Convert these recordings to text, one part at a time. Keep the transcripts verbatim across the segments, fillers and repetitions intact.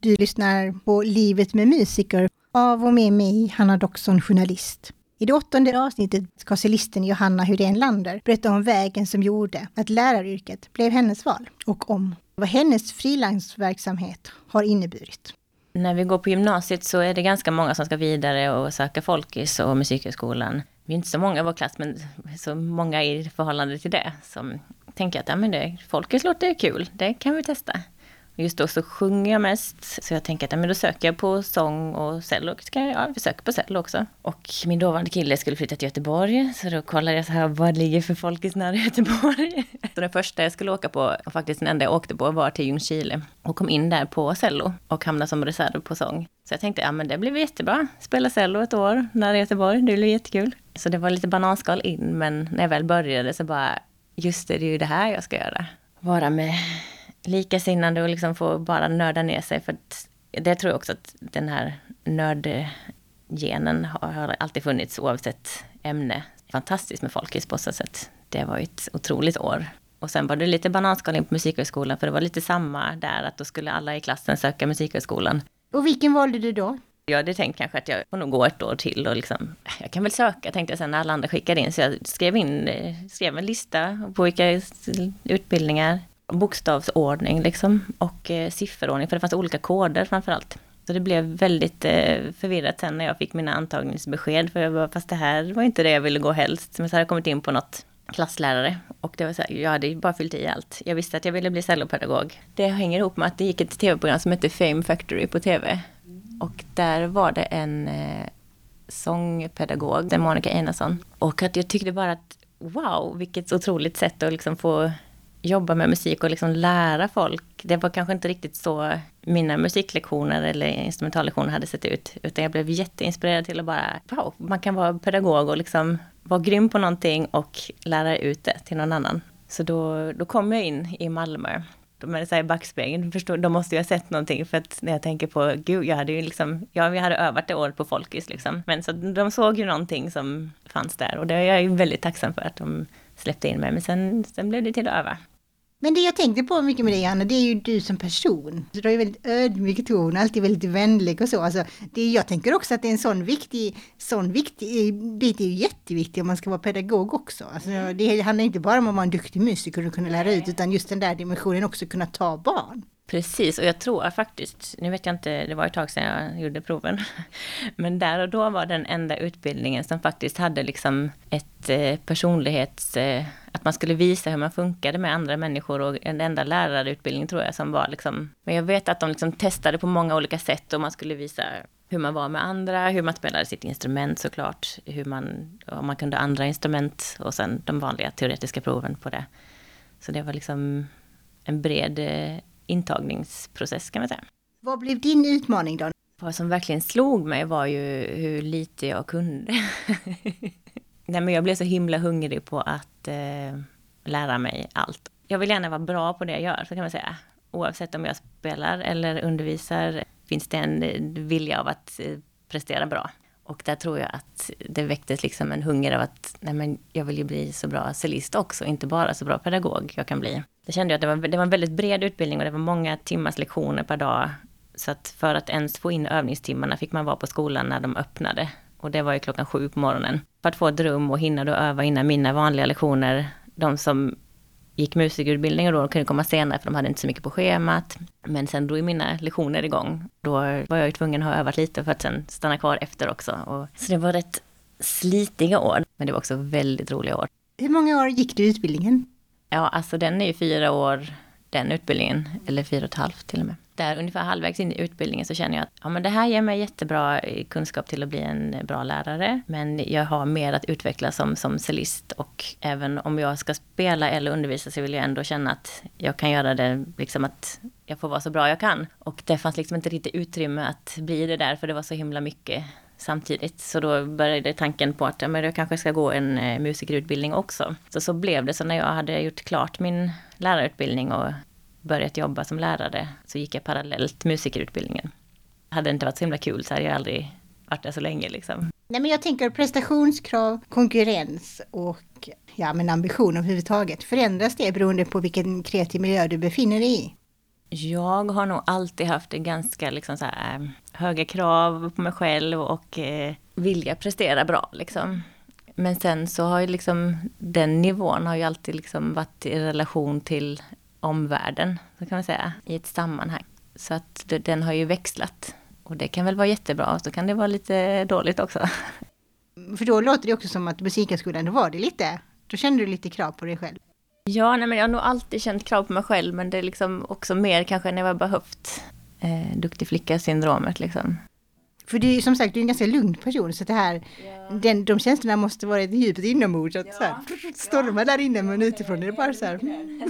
Du lyssnar på Livet med musiker av och med mig, Hanna Doxon, journalist. I det åttonde avsnittet ska cellisten Johanna Hydén Lander berätta om vägen som gjorde att läraryrket blev hennes val och om vad hennes frilansverksamhet har inneburit. När vi går på gymnasiet så är det ganska många som ska vidare och söka folkis och musikhögskolan. Vi är inte så många i vår klass, men så många i förhållande till det som tänker att ja, men det, folkis låter kul, det kan vi testa. Just då så sjunger jag mest, så jag tänker att ja, men då söker jag på sång och cello. Ska jag, ja, vi söker på cello också. Och min dåvarande kille skulle flytta till Göteborg, så då kollade jag så här, vad ligger för folkis nära Göteborg? Så den första jag skulle åka på, och faktiskt den enda jag åkte på, var till Ljungskile. Och kom in där på cello och hamnade som reserv på sång. Så jag tänkte, ja men det blir jättebra. Spela cello ett år nära Göteborg, det blir jättekul. Så det var lite bananskal in, men när jag väl började så bara, just det, det är ju det här jag ska göra. Vara med likasinnande och liksom få bara nörda ner sig. För att det tror jag också att den här nördgenen har, har alltid funnits oavsett ämne. Fantastiskt med folkis på så sätt. Det var ett otroligt år. Och sen var det lite bananskaling på musikhögskolan, för det var lite samma där, att då skulle alla i klassen söka musikhögskolan. Och vilken valde du då? Jag hade tänkt kanske att jag får nog gå ett år till och liksom, jag kan väl söka, tänkte jag sen när alla andra skickade in. Så jag skrev in, skrev en lista på vilka utbildningar, bokstavsordning liksom, och eh, sifferordning, för det fanns olika koder framförallt. Så det blev väldigt eh, förvirrat sen när jag fick mina antagningsbesked, för jag bara, fast det här var inte det jag ville gå helst. Men så hade jag kommit in på något klasslärare, och det var så här, jag hade bara fyllt i allt. Jag visste att jag ville bli cellopedagog. Det hänger ihop med att det gick ett tv-program som hette Fame Factory på tv. Och där var det en eh, sångpedagog, den Monica Einarsson. Och att jag tyckte bara att, wow, vilket otroligt sätt att liksom få jobba med musik och liksom lära folk. Det var kanske inte riktigt så mina musiklektioner eller instrumentallektioner hade sett ut. Utan jag blev jätteinspirerad till att bara, wow, man kan vara pedagog och liksom vara grym på någonting och lära ut det till någon annan. Så då, då kom jag in i Malmö. Men så här i backspegeln, förstår, då måste jag ha sett någonting, för att när jag tänker på, gud, jag hade ju liksom, ja, vi hade övat det året på folkis liksom. Men så de såg ju någonting som fanns där, och det är jag ju väldigt tacksam för att de släppte in mig. Men sen, sen blev det till att öva. Men det jag tänkte på mycket med dig, Anna, det är ju du som person. Du är väldigt ödmjuk ton, alltid väldigt vänlig och så. Alltså, det, jag tänker också att det är en sån viktig, sån viktig bit är ju jätteviktig om man ska vara pedagog också. Alltså, det handlar inte bara om att vara en duktig musiker och kunna lära ut, utan just den där dimensionen också kunna ta barn. Precis, och jag tror faktiskt, nu vet jag inte, det var ett tag sedan jag gjorde proven, men där och då var den enda utbildningen som faktiskt hade liksom ett eh, personlighets, eh, att man skulle visa hur man funkade med andra människor, och en enda lärarutbildning tror jag som var liksom, men jag vet att de liksom testade på många olika sätt, och man skulle visa hur man var med andra, hur man spelade sitt instrument såklart, hur man, om man kunde andra instrument, och sen de vanliga teoretiska proven på det. Så det var liksom en bred eh, intagningsprocess kan man säga. Vad blev din utmaning då? Vad som verkligen slog mig var ju hur lite jag kunde. Nej, men jag blev så himla hungrig på att eh, lära mig allt. Jag vill gärna vara bra på det jag gör, så kan man säga. Oavsett om jag spelar eller undervisar finns det en vilja av att eh, prestera bra. Och där tror jag att det väcktes liksom en hunger av att nej, men jag vill ju bli så bra cellist också, inte bara så bra pedagog jag kan bli. Det kände jag att det var, det var en väldigt bred utbildning, och det var många timmars lektioner per dag. Så att för att ens få in övningstimmarna fick man vara på skolan när de öppnade. Och det var ju klockan sju på morgonen. För att få ett rum och hinna då öva innan mina vanliga lektioner. De som gick musikutbildning och då kunde komma senare, för de hade inte så mycket på schemat. Men sen drog mina lektioner igång. Då var jag ju tvungen att ha övat lite för att sen stanna kvar efter också. Och så det var rätt slitiga år, men det var också väldigt roliga år. Hur många år gick du utbildningen? Ja, alltså den är ju fyra år, den utbildningen, eller fyra och ett halvt till och med. Där ungefär halvvägs in i utbildningen så känner jag att ja, men det här ger mig jättebra kunskap till att bli en bra lärare. Men jag har mer att utveckla som, som cellist, och även om jag ska spela eller undervisa så vill jag ändå känna att jag kan göra det, liksom att jag får vara så bra jag kan. Och det fanns liksom inte riktigt utrymme att bli det där, för det var så himla mycket samtidigt. Så då började tanken på att ja, men jag kanske ska gå en eh, musikerutbildning också. Så så blev det. Så när jag hade gjort klart min lärarutbildning och börjat jobba som lärare, så gick jag parallellt musikerutbildningen. Hade det inte varit så himla kul så hade jag aldrig varit där så länge liksom. Nej, men jag tänker prestationskrav, konkurrens och ja, men ambition överhuvudtaget. Förändras det beroende på vilken kreativ miljö du befinner dig i? Jag har nog alltid haft en ganska liksom så här, höga krav på mig själv och eh, vilja prestera bra liksom. Men sen så har ju liksom den nivån har ju alltid liksom varit i relation till omvärlden, så kan man säga, i ett sammanhang. Så att det, den har ju växlat. Och det kan väl vara jättebra, så kan det vara lite dåligt också. För då låter det också som att musikhögskolan, då var det lite, då kände du lite krav på dig själv. Ja, nej, men jag har nog alltid känt krav på mig själv, men det är liksom också mer kanske när jag behövt eh, duktig flicka-syndromet liksom. För det är ju som sagt, du är en ganska lugn person, så det här, ja. den, de känslorna måste vara ett djupt inombords, att ja. så här, storma där inne, men utifrån är det bara så här.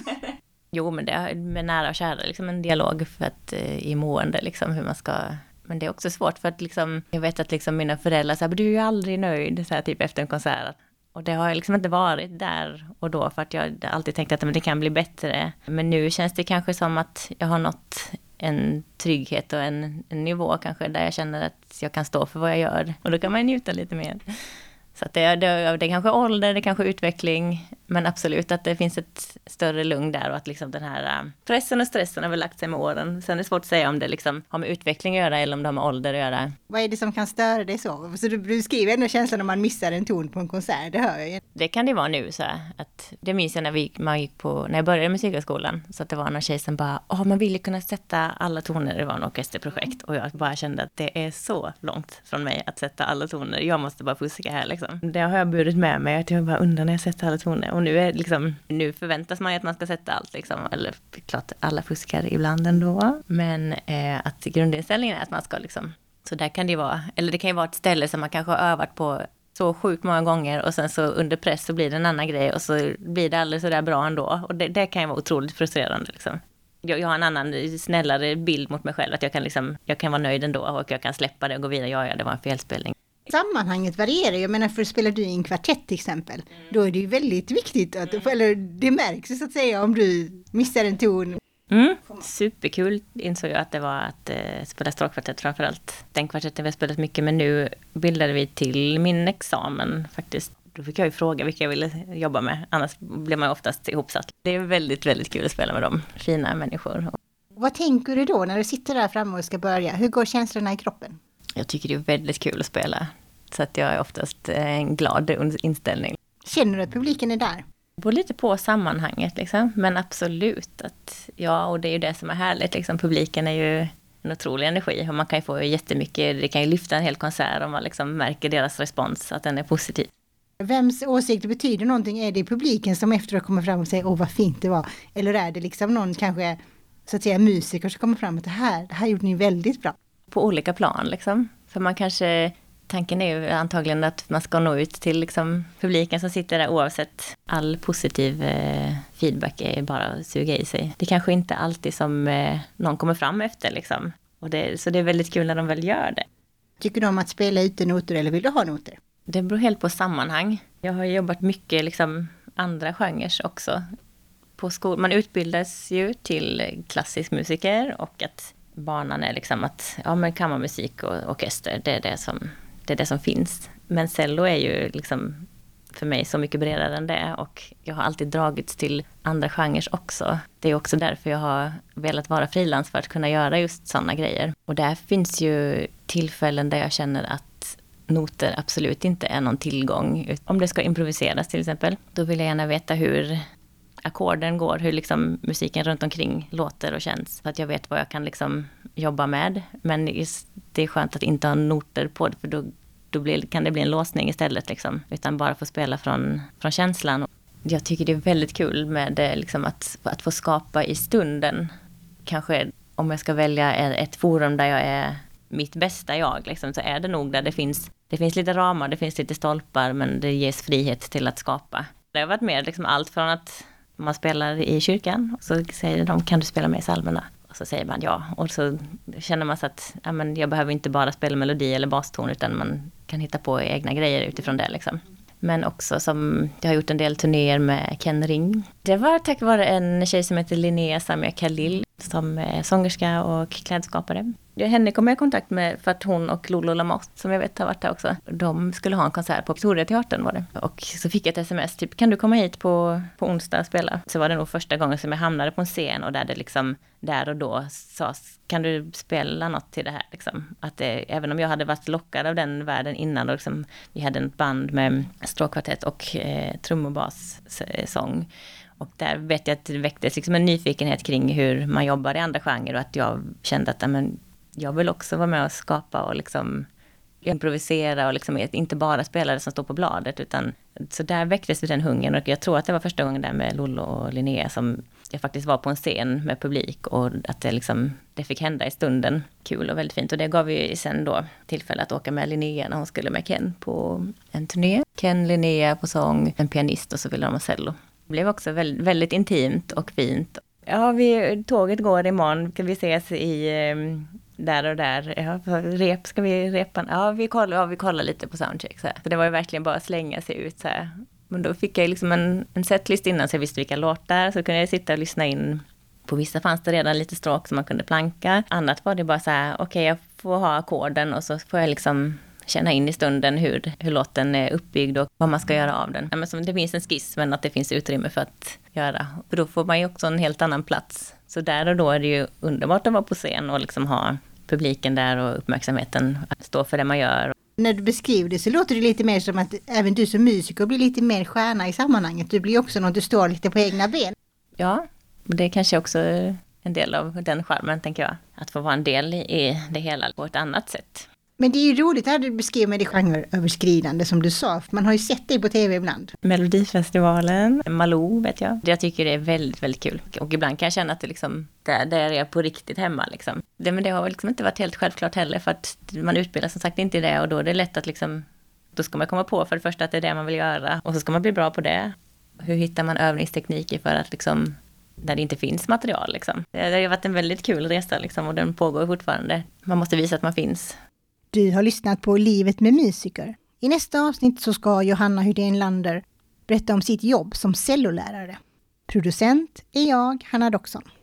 Jo, men det är med nära och kära, liksom en dialog för att, eh, i mående, liksom hur man ska... Men det är också svårt för att liksom, jag vet att liksom mina föräldrar säger, du är ju aldrig nöjd så här, typ efter en konsert. Och det har jag liksom inte varit där och då, för att jag alltid tänkt att men det kan bli bättre. Men nu känns det kanske som att jag har nått en trygghet och en, en nivå kanske där jag känner att jag kan stå för vad jag gör. Och då kan man njuta lite mer. Så att det, det, det är kanske ålder, det är kanske utveckling, men absolut att det finns ett större lugn där och att liksom den här pressen och stressen har väl lagt sig med åren. Sen är det svårt att säga om det liksom har med utveckling att göra eller om det har med ålder att göra. Vad är det som kan störa dig så? Så du, du skriver ändå känslan om man missar en ton på en konsert, det hör jag ju. Det kan det vara nu så här, att det minns jag när, vi, man gick på, när jag började musikhögskolan, så att det var någon tjej som bara, åh man vill ju kunna sätta alla toner, det var en orkesterprojekt och jag bara kände att det är så långt från mig att sätta alla toner, jag måste bara fuska här liksom. Det har jag burit med mig, att jag bara undrar när jag sätter alla toner, och nu är liksom, nu förväntas man ju att man ska sätta allt liksom, eller klart alla fuskar ibland ändå, men eh, att grundinställningen är att man ska liksom, så där kan det vara, eller det kan ju vara ett ställe som man kanske har övat på så sjukt många gånger och sen så under press så blir det en annan grej och så blir det aldrig så där bra ändå, och det, det kan ju vara otroligt frustrerande liksom. Jag, jag har en annan snällare bild mot mig själv, att jag kan liksom, jag kan vara nöjd ändå och jag kan släppa det och gå vidare, ja, ja det var en felspelning. Sammanhanget varierar, jag menar för spelar du i en kvartett till exempel, mm. då är det ju väldigt viktigt att, mm. eller det märks så att säga om du missar en ton. Mm. Superkul insåg jag att det var att eh, spela stråkkvartett framförallt. Den kvartetten vi har spelat mycket, men nu bildade vi till min examen faktiskt. Då fick jag ju fråga vilka jag ville jobba med, annars blir man oftast ihopsatt. Det är väldigt, väldigt kul att spela med dem, fina människor. Vad tänker du då när du sitter där framme och ska börja? Hur går känslorna i kroppen? Jag tycker det är väldigt kul att spela, så att jag är oftast en glad inställning. Känner du att publiken är där? Det beror lite på sammanhanget liksom, men absolut att ja, och det är ju det som är härligt liksom, publiken är ju en otrolig energi och man kan ju få jättemycket, det kan ju lyfta en hel konsert om man liksom märker deras respons, att den är positiv. Vems åsikt betyder någonting? Är det publiken som efteråt kommer fram och säger åh vad fint det var, eller är det liksom någon kanske så att säga musiker som kommer fram och det här, det här gjorde ni väldigt bra? På olika plan liksom, för man kanske, tanken är ju antagligen att man ska nå ut till liksom publiken som sitter där, oavsett. All positiv eh, feedback är bara att suga i sig. Det kanske inte alltid som eh, någon kommer fram efter liksom. Och det, så det är väldigt kul när de väl gör det. Tycker du om att spela ute noter eller vill du ha noter? Det beror helt på sammanhang. Jag har jobbat mycket liksom andra genrer också. På skol- man utbildas ju till klassisk musiker och att banan är liksom att ja, men kammarmusik och orkester, det är det som det är det som finns. Men cello är ju liksom för mig så mycket bredare än det, och jag har alltid dragits till andra genrer också. Det är också därför jag har velat vara frilans, för att kunna göra just sådana grejer. Och där finns ju tillfällen där jag känner att noter absolut inte är någon tillgång. Om det ska improviseras till exempel, då vill jag gärna veta hur ackorden går, hur liksom musiken runt omkring låter och känns, så att jag vet vad jag kan liksom jobba med. Men det är skönt att inte ha noter på det, för då, då blir, kan det bli en låsning istället liksom, utan bara få spela från, från känslan. Jag tycker det är väldigt kul med det, liksom att, att få skapa i stunden. Kanske om jag ska välja ett forum där jag är mitt bästa jag liksom, så är det nog där det finns, det finns lite ramar, det finns lite stolpar, men det ges frihet till att skapa. Det har varit med liksom allt från att man spelar i kyrkan och så säger de, kan du spela med i psalmerna? Och så säger man ja, och så känner man så att ja, men jag behöver inte bara spela melodi eller baston, utan man kan hitta på egna grejer utifrån det liksom. Men också som jag har gjort en del turnéer med Ken Ring. Det var tack vare en tjej som heter Linnea Samia Khalil, som är sångerska och klädskapare. Henne kom jag i kontakt med för att hon och Lolo Lamotte, som jag vet har varit där också, de skulle ha en konsert på Victoriateatern var det. Och så fick jag ett sms, typ, kan du komma hit på, på onsdag och spela? Så var det nog första gången som jag hamnade på en scen och där det liksom, där och då sades, kan du spela något till det här? Liksom. Att det, även om jag hade varit lockad av den världen innan, och liksom, vi hade en band med stråkkvartett och eh, trum- och bassång. Och där vet jag att det väcktes liksom en nyfikenhet kring hur man jobbar i andra genrer, och att jag kände att amen, jag vill också vara med och skapa och liksom improvisera och liksom inte bara spela det som står på bladet, utan så där väcktes den hungern, och jag tror att det var första gången där med Lollo och Linnea som jag faktiskt var på en scen med publik, och att det liksom, det fick hända i stunden. Kul och väldigt fint, och det gav ju sen då tillfälle att åka med Linnea när hon skulle med Ken på en turné. Ken, Linnea på sång, en pianist och så ville de ha cello. Det blev också väldigt, väldigt intimt och fint. Ja, vi, tåget går imorgon, kan vi ses i där och där. Ja, rep, ska vi repa? Ja, vi kollar, ja, vi kollar lite på soundcheck. Så, så det var ju verkligen bara att slänga sig ut så här. Men då fick jag liksom en, en setlist innan, så jag visste vilka låtar. Så kunde jag sitta och lyssna in. På vissa fanns det redan lite stråk som man kunde planka. Annat var det bara så här, okej, okay, jag får ha ackorden och så får jag liksom känna in i stunden hur, hur låten är uppbyggd och vad man ska göra av den. Ja, men som det finns en skiss, men att det finns utrymme för att göra. För då får man ju också en helt annan plats. Så där och då är det ju underbart att vara på scen och liksom ha publiken där och uppmärksamheten att stå för det man gör. När du beskriver det så låter det lite mer som att även du som musiker blir lite mer stjärna i sammanhanget. Du blir också något, du står lite på egna ben. Ja, det är kanske också en del av den charmen, tänker jag. Att få vara en del i det hela på ett annat sätt. Men det är ju roligt att du beskriver med det genreöverskridande som du sa. Man har ju sett dig på tv ibland. Melodifestivalen, Malou vet jag. Jag tycker det är väldigt, väldigt kul. Och ibland kan jag känna att det liksom, där, där är jag på riktigt hemma. Liksom. Det, men det har liksom inte varit helt självklart heller, för att man utbildar som sagt inte i det. Och då är det lätt att liksom, då ska man komma på för det första att det är det man vill göra. Och så ska man bli bra på det. Hur hittar man övningstekniker för att liksom, där det inte finns material liksom. Det har varit en väldigt kul resa liksom, och den pågår fortfarande. Man måste visa att man finns. Du har lyssnat på Livet med musiker. I nästa avsnitt så ska Johanna Hydén Lander berätta om sitt jobb som cellolärare. Producent är jag, Hanna Doxon.